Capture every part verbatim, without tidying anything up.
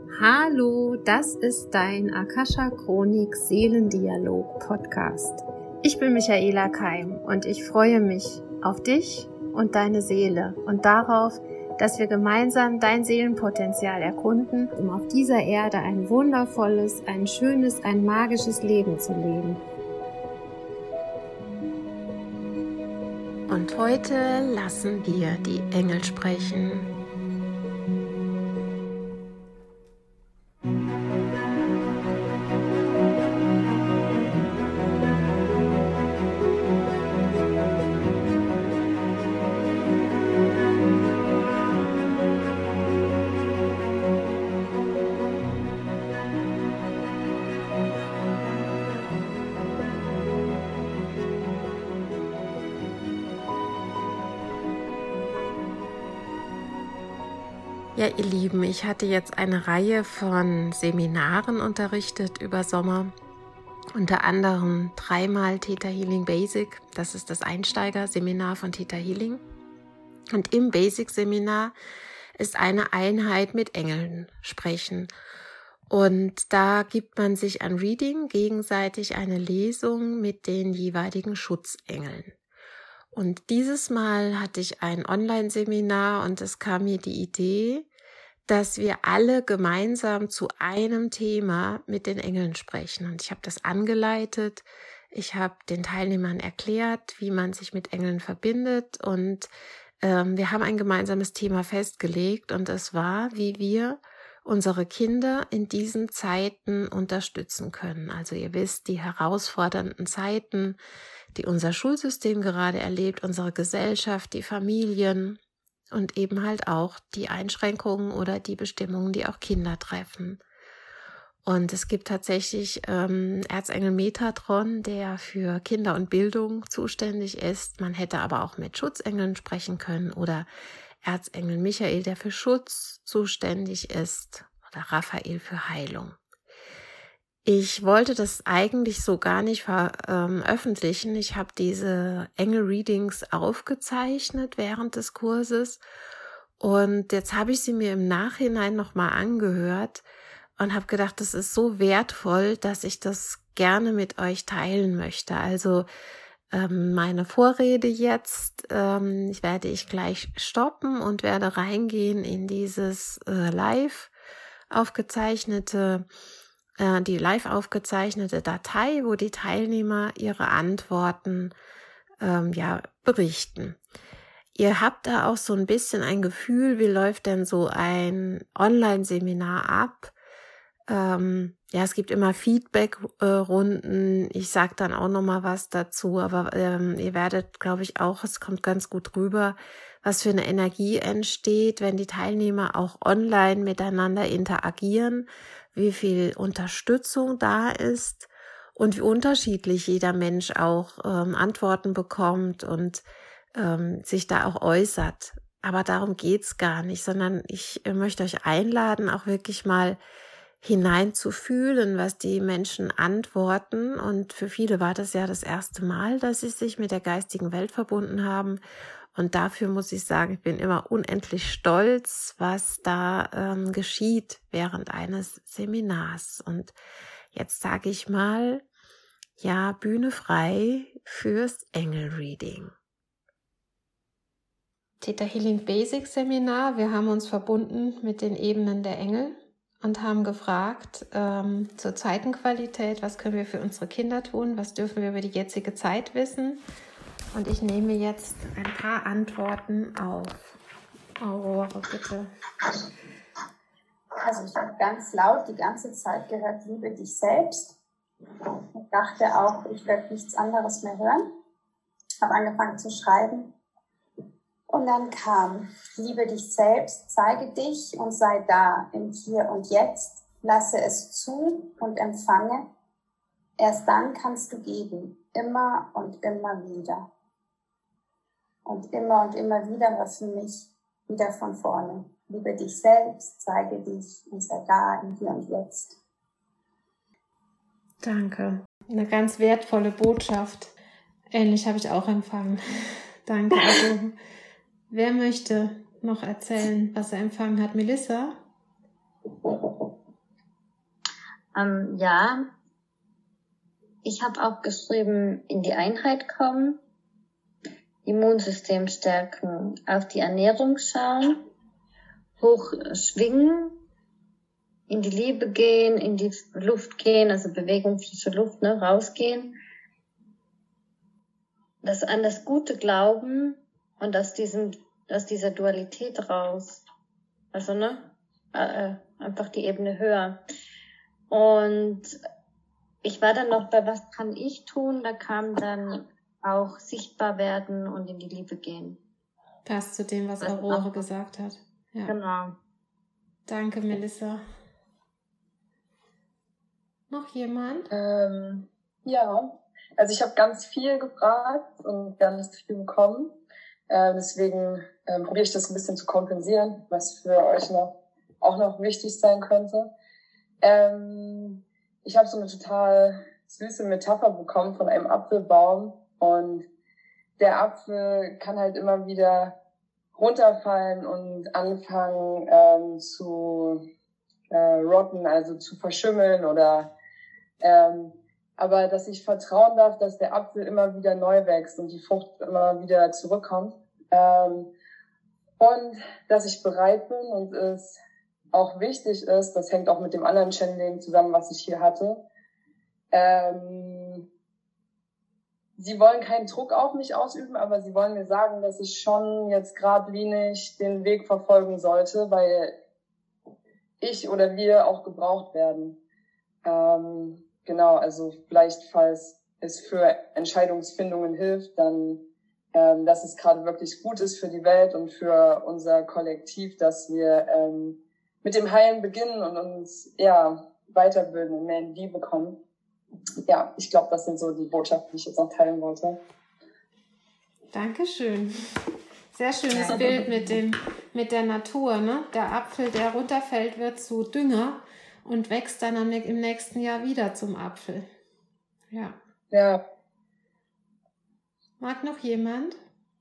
Hallo, das ist dein Akasha Chronik Seelendialog Podcast. Ich bin Michaela Keim und ich freue mich auf dich und deine Seele und darauf, dass wir gemeinsam dein Seelenpotenzial erkunden, um auf dieser Erde ein wundervolles, ein schönes, ein magisches Leben zu leben. Und heute lassen wir die Engel sprechen. Ja, ihr Lieben, ich hatte jetzt eine Reihe von Seminaren unterrichtet über Sommer, unter anderem dreimal Theta Healing Basic, das ist das Einsteigerseminar von Theta Healing. Und im Basic-Seminar ist eine Einheit mit Engeln sprechen. Und da gibt man sich ein Reading, gegenseitig eine Lesung mit den jeweiligen Schutzengeln. Und dieses Mal hatte ich ein Online-Seminar und es kam mir die Idee, dass wir alle gemeinsam zu einem Thema mit den Engeln sprechen. Und ich habe das angeleitet. Ich habe den Teilnehmern erklärt, wie man sich mit Engeln verbindet. Und ähm, wir haben ein gemeinsames Thema festgelegt. Und es war, wie wir unsere Kinder in diesen Zeiten unterstützen können. Also ihr wisst, die herausfordernden Zeiten, die unser Schulsystem gerade erlebt, unsere Gesellschaft, die Familien und eben halt auch die Einschränkungen oder die Bestimmungen, die auch Kinder treffen. Und es gibt tatsächlich ähm, Erzengel Metatron, der für Kinder und Bildung zuständig ist. Man hätte aber auch mit Schutzengeln sprechen können oder Erzengel Michael, der für Schutz zuständig ist, oder Raphael für Heilung. Ich wollte das eigentlich so gar nicht veröffentlichen. Ich habe diese Engel-Readings aufgezeichnet während des Kurses und jetzt habe ich sie mir im Nachhinein nochmal angehört und habe gedacht, das ist so wertvoll, dass ich das gerne mit euch teilen möchte. Also ähm, meine Vorrede jetzt ähm, ich werde ich gleich stoppen und werde reingehen in dieses äh, live aufgezeichnete die live aufgezeichnete Datei, wo die Teilnehmer ihre Antworten ähm, ja berichten. Ihr habt da auch so ein bisschen ein Gefühl, wie läuft denn so ein Online-Seminar ab? Ähm, ja, es gibt immer Feedback-Runden. Ich sage dann auch noch mal was dazu, aber ähm, ihr werdet, glaube ich, auch, es kommt ganz gut rüber, was für eine Energie entsteht, wenn die Teilnehmer auch online miteinander interagieren, wie viel Unterstützung da ist und wie unterschiedlich jeder Mensch auch ähm, Antworten bekommt und ähm, sich da auch äußert. Aber darum geht's gar nicht, sondern ich äh, möchte euch einladen, auch wirklich mal hineinzufühlen, was die Menschen antworten. Und für viele war das ja das erste Mal, dass sie sich mit der geistigen Welt verbunden haben. Und dafür muss ich sagen, ich bin immer unendlich stolz, was da ähm, geschieht während eines Seminars. Und jetzt sage ich mal, ja, Bühne frei fürs Engel-Reading. Theta Healing Basic Seminar. Wir haben uns verbunden mit den Ebenen der Engel und haben gefragt ähm, zur Zeitenqualität, was können wir für unsere Kinder tun, was dürfen wir über die jetzige Zeit wissen. Und ich nehme jetzt ein paar Antworten auf. Aurore, bitte. Also ich habe ganz laut die ganze Zeit gehört, liebe dich selbst. Ich dachte auch, ich werde nichts anderes mehr hören. Habe angefangen zu schreiben. Und dann kam, liebe dich selbst, zeige dich und sei da im Hier und Jetzt. Lasse es zu und empfange. Erst dann kannst du geben, immer und immer wieder. Und immer und immer wieder war für mich wieder von vorne. Liebe dich selbst, zeige dich und sei da im Hier und Jetzt. Danke. Eine ganz wertvolle Botschaft. Ähnlich habe ich auch empfangen. Danke. Also, wer möchte noch erzählen, was er empfangen hat? Melissa? Ähm, ja, ich habe auch geschrieben, in die Einheit kommen, Immunsystem stärken, auf die Ernährung schauen, hoch schwingen, in die Liebe gehen, in die Luft gehen, also Bewegung, frische Luft, ne, rausgehen. Das an das Gute glauben und aus diesem, aus dieser Dualität raus. Also, ne, äh, einfach die Ebene höher. Und ich war dann noch bei Was kann ich tun? Da kam dann auch sichtbar werden und in die Liebe gehen. Passt zu dem, was Aurore gesagt hat. Ja. Genau. Danke, Melissa. Noch jemand? Ähm, ja, also ich habe ganz viel gefragt und ganz viel bekommen. Äh, deswegen ähm, probiere ich das ein bisschen zu kompensieren, was für euch noch auch noch wichtig sein könnte. Ähm, ich habe so eine total süße Metapher bekommen von einem Apfelbaum und der Apfel kann halt immer wieder runterfallen und anfangen ähm, zu äh, rotten, also zu verschimmeln oder ähm, aber dass ich vertrauen darf, dass der Apfel immer wieder neu wächst und die Frucht immer wieder zurückkommt ähm, und dass ich bereit bin und es auch wichtig ist, das hängt auch mit dem anderen Channeling zusammen, was ich hier hatte. Ähm, sie wollen keinen Druck auf mich ausüben, aber sie wollen mir sagen, dass ich schon jetzt geradlinig den Weg verfolgen sollte, weil ich oder wir auch gebraucht werden. Ähm, genau, also vielleicht, falls es für Entscheidungsfindungen hilft, dann, ähm, dass es gerade wirklich gut ist für die Welt und für unser Kollektiv, dass wir ähm, mit dem Heilen beginnen und uns ja weiterbilden und mehr in Liebe kommen. Ja, ich glaube, das sind so die Botschaften, die ich jetzt noch teilen wollte. Dankeschön. Sehr schönes ja. Bild mit dem, mit der Natur, ne? Der Apfel, der runterfällt, wird zu Dünger und wächst dann am, im nächsten Jahr wieder zum Apfel. Ja. Ja. Mag noch jemand?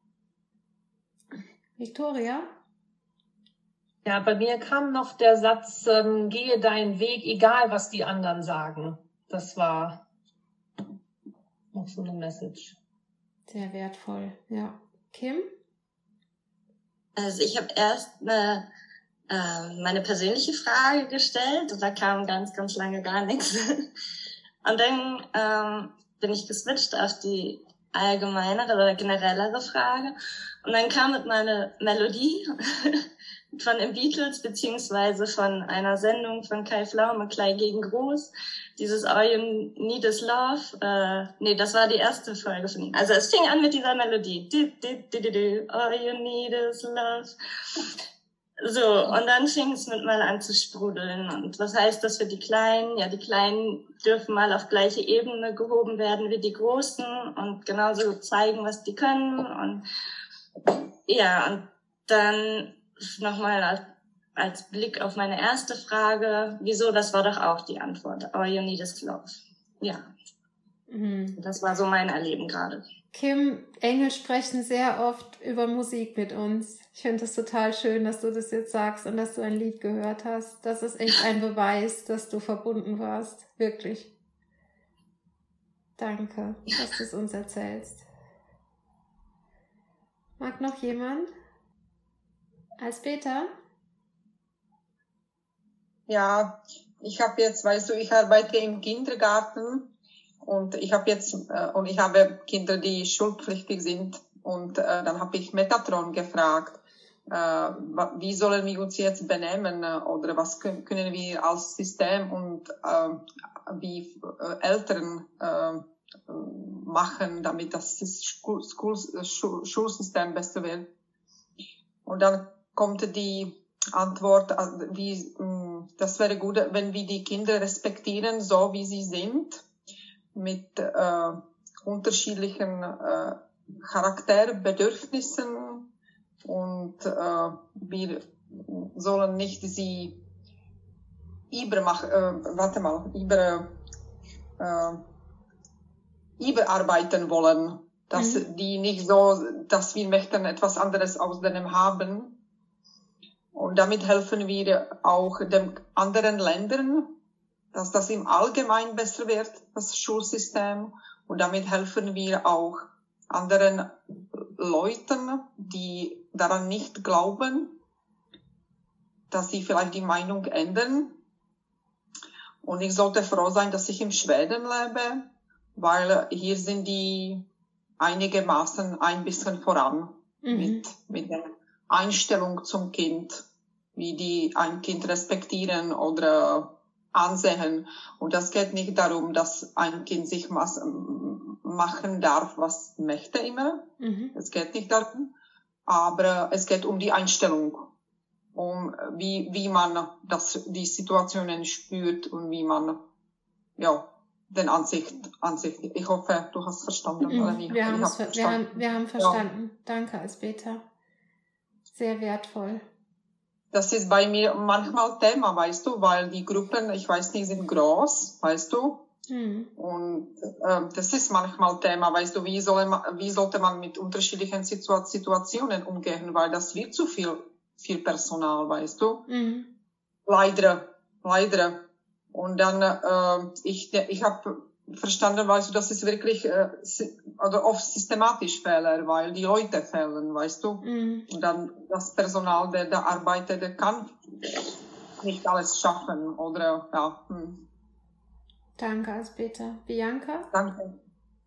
Victoria? Ja, bei mir kam noch der Satz, ähm, gehe deinen Weg, egal was die anderen sagen. Das war noch so eine Message. Sehr wertvoll, ja. Kim? Also ich habe erst eine, äh, meine persönliche Frage gestellt und da kam ganz, ganz lange gar nichts. Und dann ähm, bin ich geswitcht auf die allgemeinere oder generellere Frage. Und dann kam mit meiner Melodie von den Beatles, beziehungsweise von einer Sendung von Kai Pflaume, Klein gegen Groß, dieses All You Need Is Love, äh, nee, das war die erste Folge von ihm. Also es fing an mit dieser Melodie. All You Need Is Love. So, und dann fing es mit mal an zu sprudeln. Und was heißt das für die Kleinen? Ja, die Kleinen dürfen mal auf gleiche Ebene gehoben werden wie die Großen und genauso zeigen, was die können. Und ja, und dann nochmal als, als Blick auf meine erste Frage, wieso, das war doch auch die Antwort. All you need is love. Ja. Mhm. Das war so mein Erleben gerade. Kim, Engel sprechen sehr oft über Musik mit uns. Ich finde es total schön, dass du das jetzt sagst und dass du ein Lied gehört hast. Das ist echt ein Beweis, dass du verbunden warst. Wirklich. Danke, dass du es uns erzählst. Mag noch jemand? Als Peter? Ja, ich habe jetzt, weißt du, ich arbeite im Kindergarten und ich habe jetzt äh, und ich habe Kinder, die schulpflichtig sind und äh, dann habe ich Metatron gefragt, äh, wie sollen wir uns jetzt benehmen äh, oder was können, können wir als System und äh, wie äh, Eltern äh, machen, damit das Schul Schul Schul Schulsystem besser wird. Und dann kommt die Antwort, wie, das wäre gut, wenn wir die Kinder respektieren, so wie sie sind, mit äh, unterschiedlichen äh, Charakterbedürfnissen und äh, wir sollen nicht sie übermachen, äh, warte mal, über, äh, überarbeiten wollen, dass mhm. die nicht so, dass wir möchten etwas anderes aus denen haben. Und damit helfen wir auch den anderen Ländern, dass das im Allgemeinen besser wird, das Schulsystem. Und damit helfen wir auch anderen Leuten, die daran nicht glauben, dass sie vielleicht die Meinung ändern. Und ich sollte froh sein, dass ich in Schweden lebe, weil hier sind die einigermaßen ein bisschen voran mhm. mit, mit der Einstellung zum Kind, wie die ein Kind respektieren oder ansehen. Und das geht nicht darum, dass ein Kind sich was machen darf, was möchte immer. Mhm. Es geht nicht darum. Aber es geht um die Einstellung, um wie, wie man das, die Situationen spürt und wie man, ja, den Ansicht, Ansicht. Ich hoffe, du hast verstanden. Mhm. Oder nicht. Wir, haben hab es, wir, haben, wir haben verstanden. Ja. Danke, Elsbeta. Sehr wertvoll. Das ist bei mir manchmal Thema, weißt du, weil die Gruppen, ich weiß nicht, sind groß, weißt du. Mhm. Und äh, das ist manchmal Thema, weißt du, wie, soll man, wie sollte man mit unterschiedlichen Situationen umgehen, weil das wird zu viel, viel Personal, weißt du. Mhm. Leider, leider. Und dann, äh, ich, ich habe verstanden, weißt du, das ist wirklich äh, oder oft systematisch Fehler, weil die Leute fehlen, weißt du. Mhm. Und dann das Personal, der da arbeitet, der kann nicht alles schaffen, oder, ja. Hm. Danke, Elsbeta. Bianca? Danke.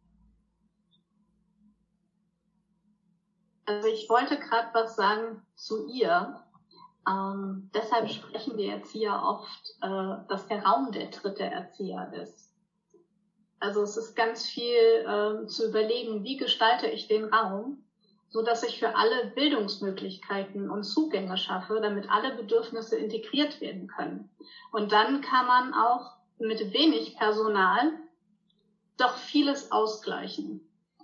Also ich wollte gerade was sagen zu ihr. Ähm, deshalb sprechen wir jetzt hier oft, äh, dass der Raum der dritte Erzieher ist. Also es ist ganz viel äh, zu überlegen, wie gestalte ich den Raum, so dass ich für alle Bildungsmöglichkeiten und Zugänge schaffe, damit alle Bedürfnisse integriert werden können. Und dann kann man auch mit wenig Personal doch vieles ausgleichen.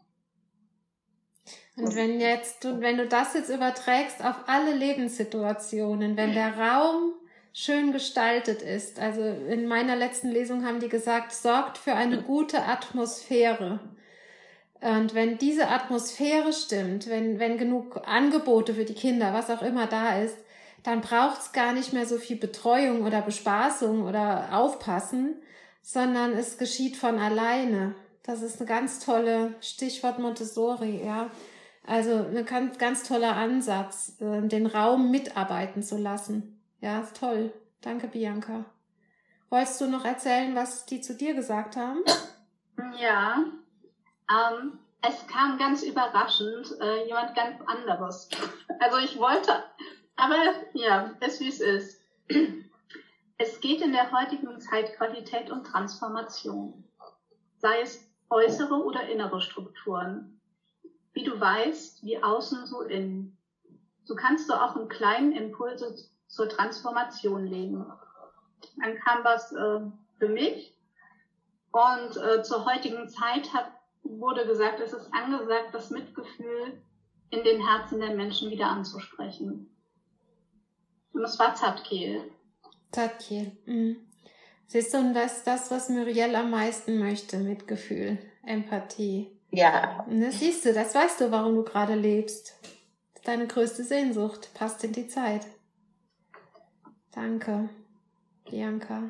Und wenn jetzt, und wenn du das jetzt überträgst auf alle Lebenssituationen, wenn der Raum schön gestaltet ist, also in meiner letzten Lesung haben die gesagt, sorgt für eine gute Atmosphäre. Und wenn diese Atmosphäre stimmt, wenn, wenn genug Angebote für die Kinder, was auch immer da ist, dann braucht es gar nicht mehr so viel Betreuung oder Bespaßung oder Aufpassen, sondern es geschieht von alleine. Das ist eine ganz tolle, Stichwort Montessori, ja. Also ein ganz, ganz toller Ansatz, den Raum mitarbeiten zu lassen. Ja, ist toll. Danke, Bianca. Wolltest du noch erzählen, was die zu dir gesagt haben? Ja, ähm, es kam ganz überraschend äh, jemand ganz anderes. Also ich wollte, aber ja, ist wie es ist. Es geht in der heutigen Zeit Qualität und Transformation, sei es äußere oder innere Strukturen. Wie du weißt, wie außen so innen. So kannst du auch einen kleinen Impulse zur Transformation legen. Dann kam was äh, für mich und äh, zur heutigen Zeit hat, wurde gesagt, es ist angesagt, das Mitgefühl in den Herzen der Menschen wieder anzusprechen. Und es war Zadkiel. Zadkiel. Mhm. Siehst du, und das ist das, was Muriel am meisten möchte, Mitgefühl, Empathie. Ja. Und das siehst du, das weißt du, warum du gerade lebst. Das ist deine größte Sehnsucht, passt in die Zeit. Danke, Bianca.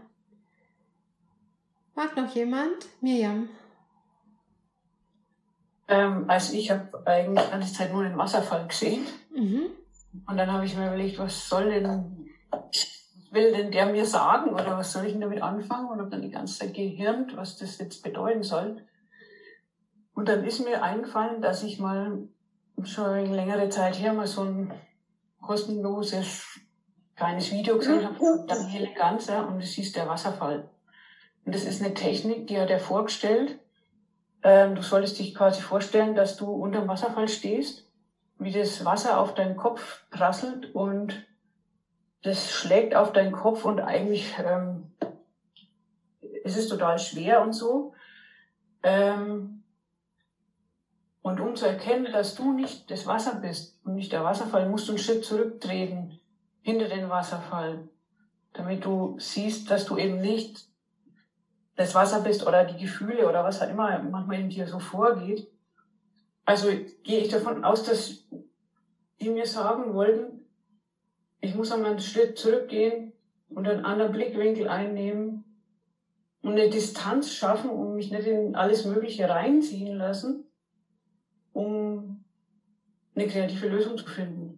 Mag noch jemand? Mirjam. Ähm, also ich habe eigentlich die ganze Zeit nur den Wasserfall gesehen. Mhm. Und dann habe ich mir überlegt, was soll denn, was will denn der mir sagen oder was soll ich denn damit anfangen? Und habe dann die ganze Zeit gehirnt, was das jetzt bedeuten soll. Und dann ist mir eingefallen, dass ich mal schon eine längere Zeit her mal so ein kostenloses kleines Video gesehen habe von Daniele Ganser und es hieß der Wasserfall. Und das ist eine Technik, die hat er vorgestellt. Ähm, du solltest dich quasi vorstellen, dass du unterm Wasserfall stehst, wie das Wasser auf deinen Kopf prasselt und das schlägt auf deinen Kopf und eigentlich ähm, es ist total schwer und so. Ähm, Und um zu erkennen, dass du nicht das Wasser bist und nicht der Wasserfall, musst du einen Schritt zurücktreten hinter den Wasserfall, damit du siehst, dass du eben nicht das Wasser bist oder die Gefühle oder was auch immer manchmal in dir so vorgeht. Also gehe ich davon aus, dass die mir sagen wollten, ich muss einmal einen Schritt zurückgehen und einen anderen Blickwinkel einnehmen und eine Distanz schaffen und mich nicht in alles Mögliche reinziehen lassen, um eine kreative Lösung zu finden.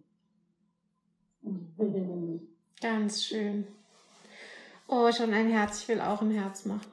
Ganz schön. Oh, schon ein Herz. Ich will auch ein Herz machen.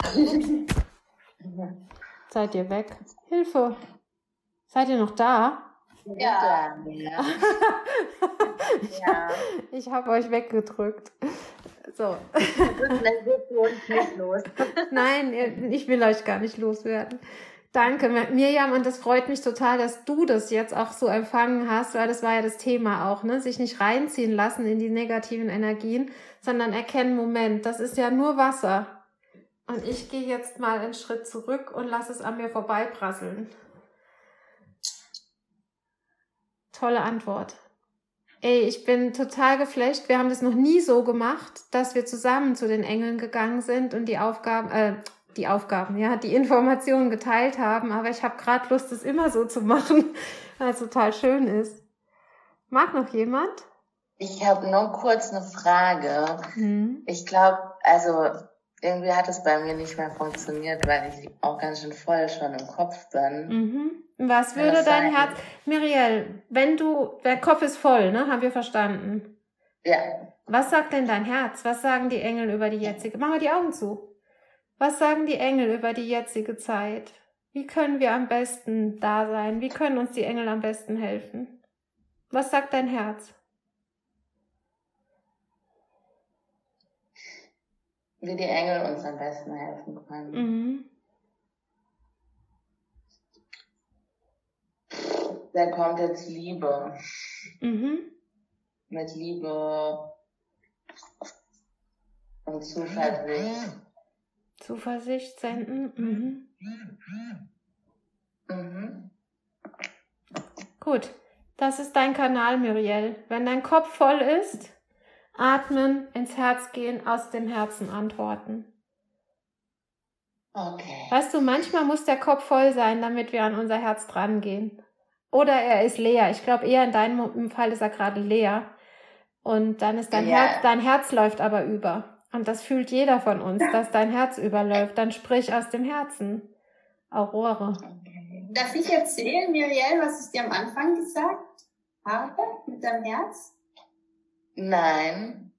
Seid ihr weg? Hilfe. Seid ihr noch da? Ja. Ja. Ja. Ich habe euch weggedrückt. So. Dann wirst du uns nicht los. Nein, ich will euch gar nicht loswerden. Danke, Mirjam, und das freut mich total, dass du das jetzt auch so empfangen hast, weil das war ja das Thema auch, ne? Sich nicht reinziehen lassen in die negativen Energien, sondern erkennen, Moment, das ist ja nur Wasser. Und ich gehe jetzt mal einen Schritt zurück und lasse es an mir vorbeiprasseln. Tolle Antwort. Ey, ich bin total geflasht. Wir haben das noch nie so gemacht, dass wir zusammen zu den Engeln gegangen sind und die Aufgaben, äh, die Aufgaben, ja, die Informationen geteilt haben. Aber ich habe gerade Lust, das immer so zu machen, weil es total schön ist. Mag noch jemand? Ich habe nur kurz eine Frage. Hm. Ich glaube, also irgendwie hat es bei mir nicht mehr funktioniert, weil ich auch ganz schön voll schon im Kopf bin. Mhm. Was würde dein Herz... Miriel, wenn du... Der Kopf ist voll, ne? Haben wir verstanden? Ja. Was sagt denn dein Herz? Was sagen die Engel über die jetzige... Machen wir die Augen zu. Was sagen die Engel über die jetzige Zeit? Wie können wir am besten da sein? Wie können uns die Engel am besten helfen? Was sagt dein Herz? Wie die Engel uns am besten helfen können. Mhm. Da kommt jetzt Liebe. Mhm. Mit Liebe und Zuversicht. Zuversicht senden. Mhm. Mhm. Gut, das ist dein Kanal, Miriel. Wenn dein Kopf voll ist, atmen, ins Herz gehen, aus dem Herzen antworten. Okay. Weißt du, manchmal muss der Kopf voll sein, damit wir an unser Herz drangehen. Oder er ist leer. Ich glaube eher in deinem Fall ist er gerade leer. Und dann ist dein Ja. Herz, dein Herz läuft aber über. Und das fühlt jeder von uns, dass dein Herz überläuft. Dann sprich aus dem Herzen. Aurore. Okay. Darf ich erzählen, Miriel, was ich dir am Anfang gesagt habe mit deinem Herz? Nein.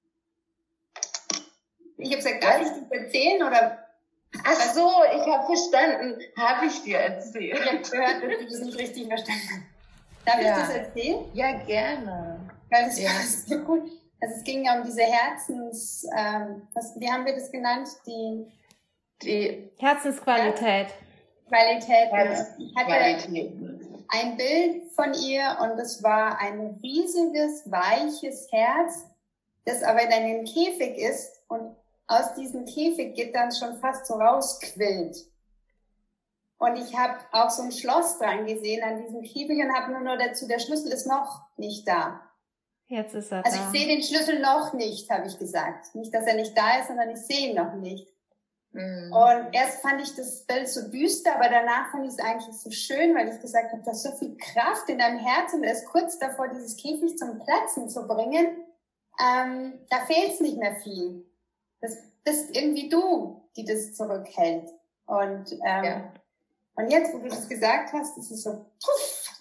Ich habe gesagt, darf ich das erzählen oder? Ach so, ich habe verstanden. Habe ich dir erzählt. Ich habe gehört, dass du das nicht richtig verstanden hast. Darf Ja. ich das erzählen? Ja, gerne. Weil das Ja. war so gut. Also es ging ja um diese Herzens, ähm, was, wie haben wir das genannt? Die, Die Herzensqualität. Qualität. Herz- Ich hatte Qualitäten. ein Bild von ihr und es war ein riesiges, weiches Herz, das aber in einem Käfig ist und aus diesem Käfig geht dann schon fast so rausquillt. Und ich habe auch so ein Schloss dran gesehen an diesem Käfig und habe nur noch dazu, der Schlüssel ist noch nicht da. Jetzt ist er Also da. ich sehe den Schlüssel noch nicht, habe ich gesagt. Nicht, dass er nicht da ist, sondern ich sehe ihn noch nicht. Mhm. Und erst fand ich das Bild so düster, aber danach fand ich es eigentlich so schön, weil ich gesagt habe, da ist so viel Kraft in deinem Herzen und er ist kurz davor, dieses Käfig zum Platzen zu bringen. Ähm, da fehlt es nicht mehr viel. Das bist irgendwie du, die das zurückhält. Und, ähm, Ja. und jetzt, wo du das gesagt hast, ist es so, puff.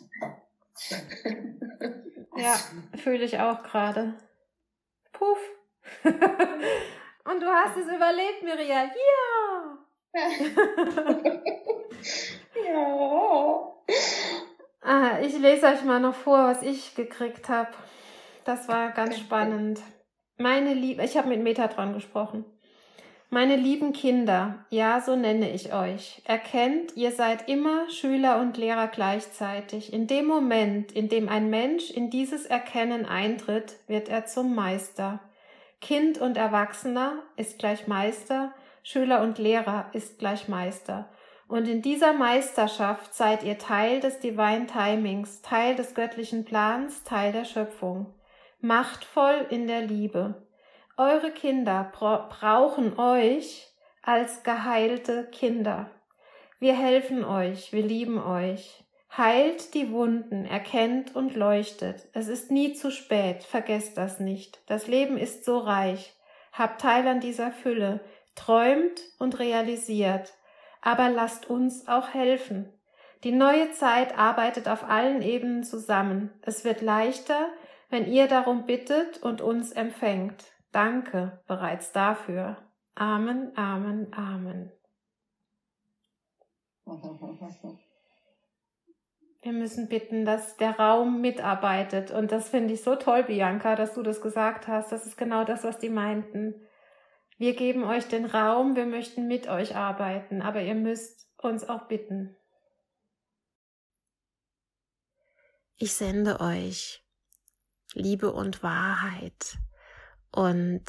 Ja, fühle ich auch gerade. Puff. Und du hast es überlebt, Miriel. Ja! Ja. Ah, ich lese euch mal noch vor, was ich gekriegt habe. Das war ganz spannend. Meine Liebe, ich habe mit Metatron gesprochen. Meine lieben Kinder, ja, so nenne ich euch. Erkennt, ihr seid immer Schüler und Lehrer gleichzeitig. In dem Moment, in dem ein Mensch in dieses Erkennen eintritt, wird er zum Meister. Kind und Erwachsener ist gleich Meister, Schüler und Lehrer ist gleich Meister. Und in dieser Meisterschaft seid ihr Teil des Divine Timings, Teil des göttlichen Plans, Teil der Schöpfung. Machtvoll in der Liebe. Eure Kinder bra- brauchen euch als geheilte Kinder. Wir helfen euch, wir lieben euch. Heilt die Wunden, erkennt und leuchtet. Es ist nie zu spät, vergesst das nicht. Das Leben ist so reich. Habt Teil an dieser Fülle. träumt und realisiert, aber lasst uns auch helfen. Die neue Zeit arbeitet auf allen Ebenen zusammen. Es wird leichter, wenn ihr darum bittet und uns empfängt. Danke bereits dafür. Amen, Amen, Amen. Wir müssen bitten, dass der Raum mitarbeitet. Und das finde ich so toll, Bianca, dass du das gesagt hast. Das ist genau das, was die meinten. Wir geben euch den Raum, wir möchten mit euch arbeiten, aber ihr müsst uns auch bitten. Ich sende euch Liebe und Wahrheit und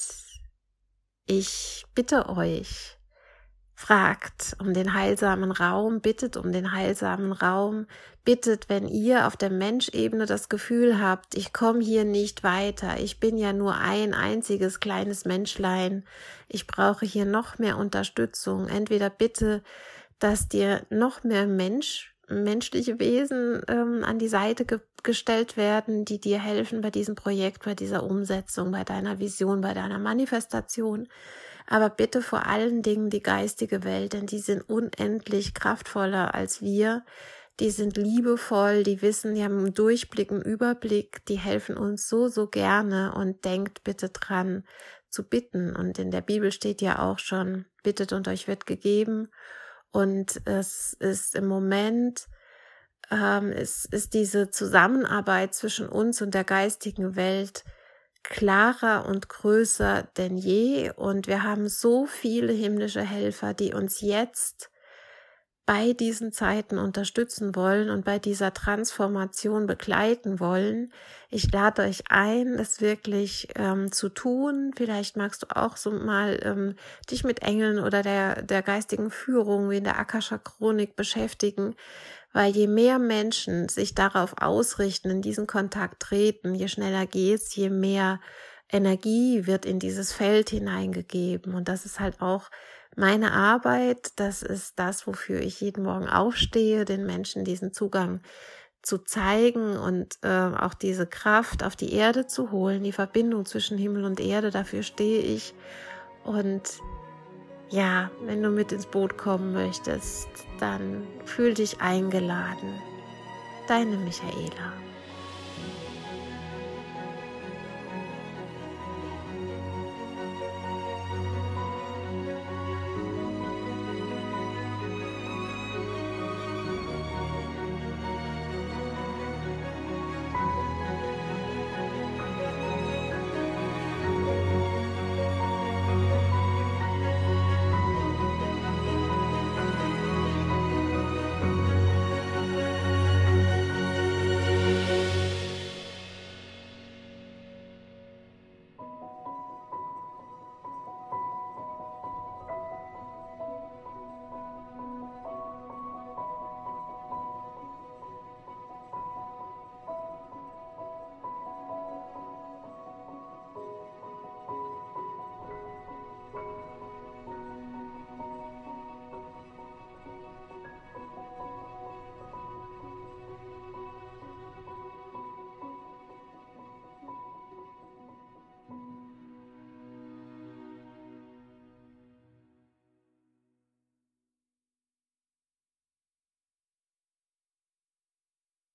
ich bitte euch, fragt um den heilsamen Raum, bittet um den heilsamen Raum, bittet, wenn ihr auf der Menschebene das Gefühl habt, ich komme hier nicht weiter, ich bin ja nur ein einziges kleines Menschlein, ich brauche hier noch mehr Unterstützung, entweder bitte, dass dir noch mehr Mensch menschliche Wesen ähm, an die Seite ge- gestellt werden, die dir helfen bei diesem Projekt, bei dieser Umsetzung, bei deiner Vision, bei deiner Manifestation. Aber bitte vor allen Dingen die geistige Welt, denn die sind unendlich kraftvoller als wir. Die sind liebevoll, die wissen, die haben einen Durchblick, einen Überblick, die helfen uns so, so gerne und denkt bitte dran zu bitten. Und in der Bibel steht ja auch schon, bittet und euch wird gegeben. Und es ist im Moment, ähm, es ist diese Zusammenarbeit zwischen uns und der geistigen Welt klarer und größer denn je. Und wir haben so viele himmlische Helfer, die uns jetzt bei diesen Zeiten unterstützen wollen und bei dieser Transformation begleiten wollen. Ich lade euch ein, das wirklich ähm, zu tun. Vielleicht magst du auch so mal ähm, dich mit Engeln oder der, der geistigen Führung wie in der Akasha-Chronik beschäftigen, weil je mehr Menschen sich darauf ausrichten, in diesen Kontakt treten, je schneller geht's, je mehr Energie wird in dieses Feld hineingegeben. Und das ist halt auch meine Arbeit, das ist das, wofür ich jeden Morgen aufstehe, den Menschen diesen Zugang zu zeigen und äh, auch diese Kraft auf die Erde zu holen, die Verbindung zwischen Himmel und Erde, dafür stehe ich. Und ja, wenn du mit ins Boot kommen möchtest, dann fühl dich eingeladen. Deine Michaela.